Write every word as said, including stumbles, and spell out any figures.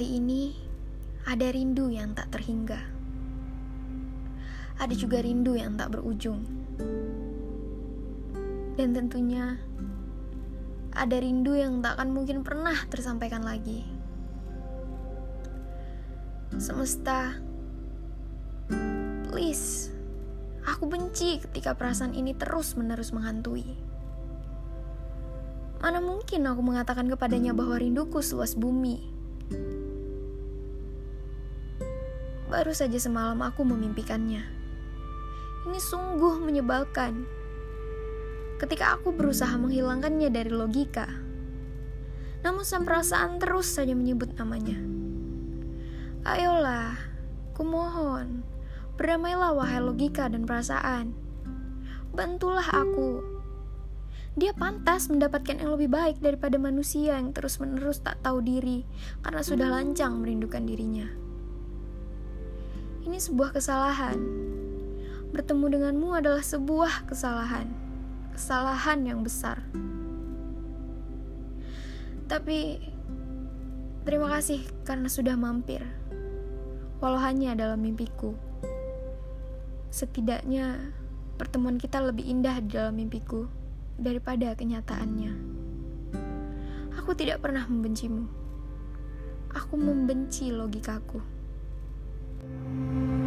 Kali ini ada rindu yang tak terhingga. Ada juga rindu yang tak berujung. Dan tentunya ada rindu yang tak akan mungkin pernah tersampaikan lagi. Semesta, please, aku benci ketika perasaan ini terus-menerus menghantui. Mana mungkin aku mengatakan kepadanya bahwa rinduku seluas bumi. Baru saja semalam aku memimpikannya. Ini sungguh menyebalkan. Ketika aku berusaha menghilangkannya dari logika, namun sang perasaan terus saja menyebut namanya. Ayolah, kumohon, berdamailah wahai logika dan perasaan. Bantulah aku. Dia pantas mendapatkan yang lebih baik daripada manusia yang terus-menerus tak tahu diri karena sudah lancang merindukan dirinya. Ini sebuah kesalahan. Bertemu denganmu adalah sebuah kesalahan. Kesalahan yang besar. Tapi terima kasih karena sudah mampir. Walau hanya dalam mimpiku. Setidaknya pertemuan kita lebih indah di dalam mimpiku daripada kenyataannya. Aku tidak pernah membencimu. Aku membenci logikaku.